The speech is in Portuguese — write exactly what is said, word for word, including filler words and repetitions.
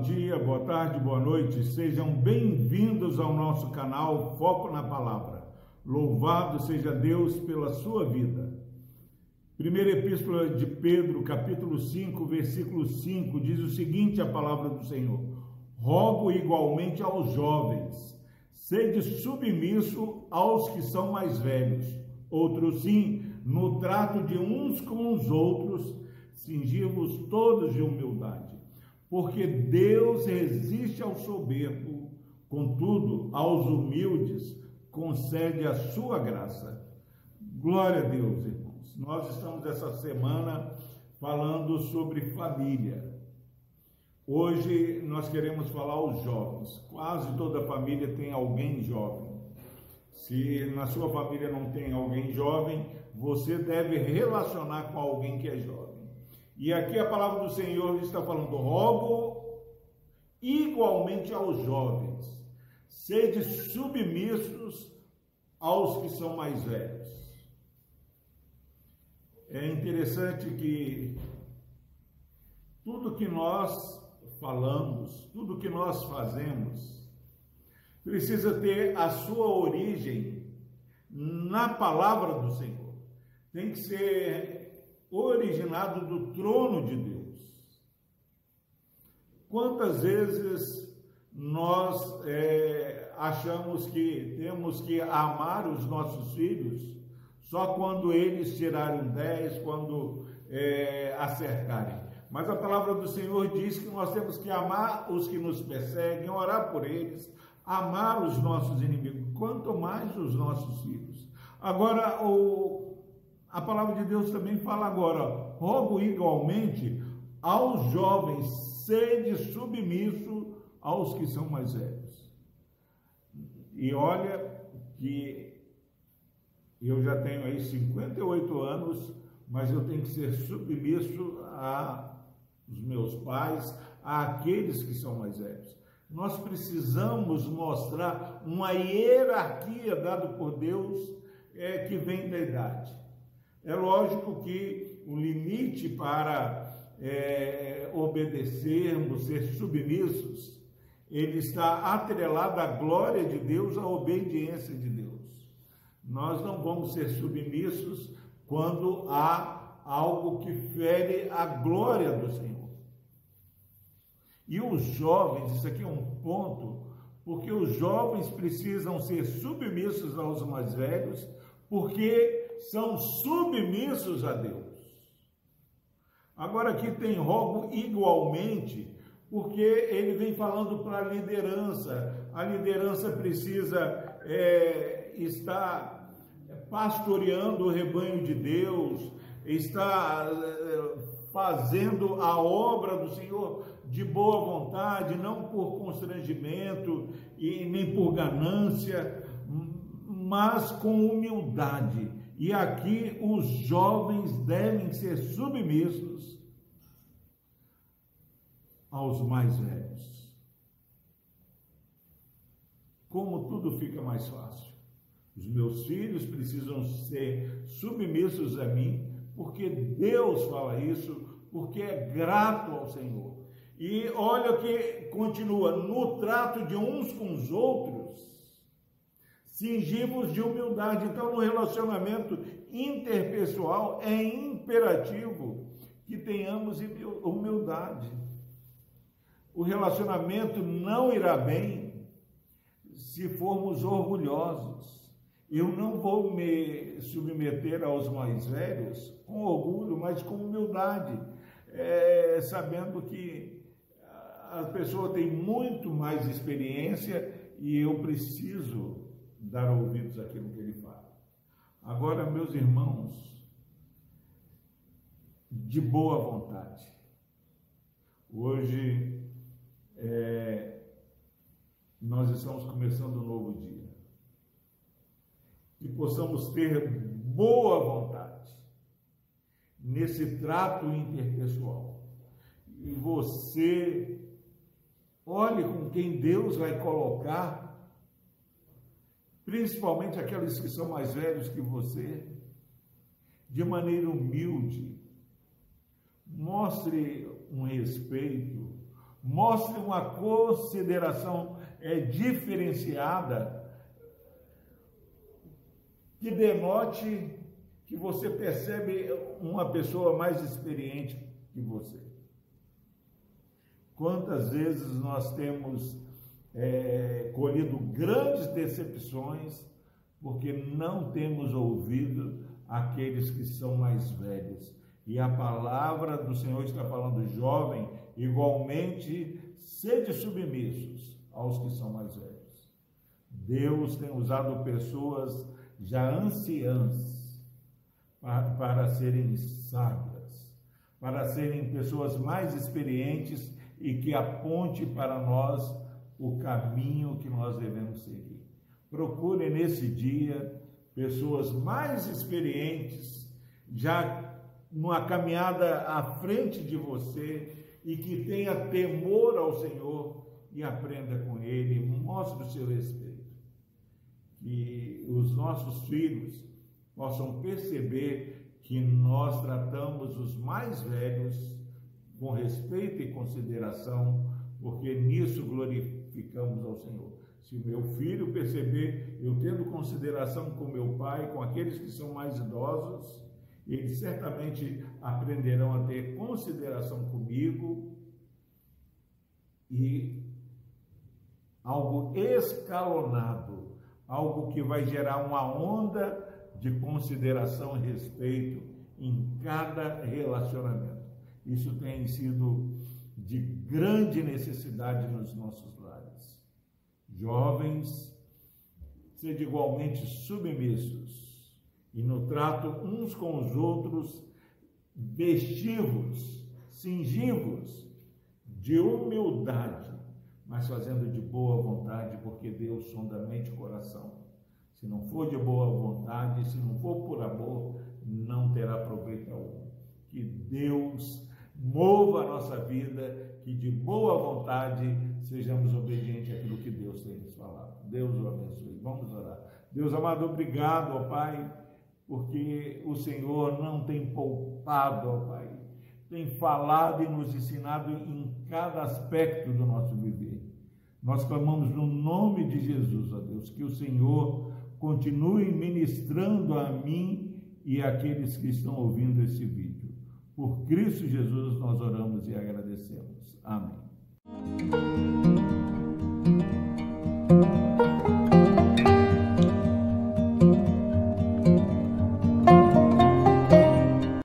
dia, boa tarde, boa noite. Sejam bem-vindos ao nosso canal Foco na Palavra. Louvado seja Deus pela sua vida. Primeira Epístola de Pedro, capítulo cinco, versículo cinco, diz o seguinte, a palavra do Senhor: rogo igualmente aos jovens, sede submisso aos que são mais velhos. Outros sim, no trato de uns com os outros, cingi-vos todos de humildade. Porque Deus resiste ao soberbo, contudo, aos humildes concede a sua graça. Glória a Deus, irmãos. Nós estamos essa semana falando sobre família. Hoje nós queremos falar aos jovens. Quase toda família tem alguém jovem. Se na sua família não tem alguém jovem, você deve relacionar com alguém que é jovem. E aqui a palavra do Senhor está falando: rogo igualmente aos jovens, sede submissos aos que são mais velhos. É interessante que tudo que nós falamos, tudo que nós fazemos, precisa ter a sua origem na palavra do Senhor. Tem que ser originado do trono de Deus. Quantas vezes nós é, achamos que temos que amar os nossos filhos só quando eles tirarem dez, quando é, acertarem? Mas a palavra do Senhor diz que nós temos que amar os que nos perseguem, orar por eles, amar os nossos inimigos, quanto mais os nossos filhos. Agora, o A palavra de Deus também fala agora: rogo igualmente aos jovens, sede submisso aos que são mais velhos. E olha que eu já tenho aí cinquenta e oito anos, mas eu tenho que ser submisso aos meus pais, àqueles que são mais velhos. Nós precisamos mostrar uma hierarquia dada por Deus é, que vem da idade. É lógico que o limite para é, obedecermos, ser submissos, ele está atrelado à glória de Deus, à obediência de Deus. Nós não vamos ser submissos quando há algo que fere a glória do Senhor. E os jovens, isso aqui é um ponto, porque os jovens precisam ser submissos aos mais velhos, porque são submissos a Deus. Agora aqui tem rogo igualmente, porque ele vem falando para a liderança. A liderança precisa é, estar pastoreando o rebanho de Deus, está é, fazendo a obra do Senhor de boa vontade, não por constrangimento e nem por ganância, mas com humildade. E aqui os jovens devem ser submissos aos mais velhos. Como tudo fica mais fácil. Os meus filhos precisam ser submissos a mim, porque Deus fala isso, porque é grato ao Senhor. E olha que continua: no trato de uns com os outros, cingimos de humildade. Então, no relacionamento interpessoal, é imperativo que tenhamos humildade. O relacionamento não irá bem se formos orgulhosos. Eu não vou me submeter aos mais velhos com orgulho, mas com humildade, é, sabendo que a pessoa tem muito mais experiência e eu preciso dar ouvidos àquilo que ele fala. Agora, meus irmãos, de boa vontade, hoje é, nós estamos começando um novo dia, que possamos ter boa vontade nesse trato interpessoal, e você olhe com quem Deus vai colocar, principalmente aqueles que são mais velhos que você, de maneira humilde. Mostre um respeito, mostre uma consideração é, diferenciada, que denote que você percebe uma pessoa mais experiente que você. Quantas vezes nós temos é, colhido grandes decepções porque não temos ouvido aqueles que são mais velhos. E a palavra do Senhor está falando, jovem, igualmente sede submissos aos que são mais velhos. Deus tem usado pessoas já anciãs para, para serem sábias, para serem pessoas mais experientes e que aponte para nós o caminho que nós devemos seguir. Procure nesse dia pessoas mais experientes, já numa caminhada à frente de você e que tenha temor ao Senhor e aprenda com Ele, mostre o seu respeito. Que os nossos filhos possam perceber que nós tratamos os mais velhos com respeito e consideração, porque nisso glorificamos ao Senhor. Se o meu filho perceber eu tendo consideração com meu pai, com aqueles que são mais idosos, eles certamente aprenderão a ter consideração comigo e algo escalonado, algo que vai gerar uma onda de consideração e respeito em cada relacionamento. Isso tem sido de grande necessidade nos nossos lares. Jovens, sede igualmente submissos e no trato uns com os outros, vestivos, cingivos de humildade, mas fazendo de boa vontade, porque Deus sonda mente e coração. Se não for de boa vontade, se não for por amor, não terá proveito algum. Que Deus mova a nossa vida, que de boa vontade sejamos obedientes àquilo que Deus tem nos falado. Deus o abençoe. Vamos orar. Deus amado, obrigado, ó Pai, porque o Senhor não tem poupado, ó Pai, tem falado e nos ensinado em cada aspecto do nosso viver. Nós clamamos no nome de Jesus, ó Deus, que o Senhor continue ministrando a mim e àqueles que estão ouvindo esse vídeo. Por Cristo Jesus nós oramos e agradecemos. Amém.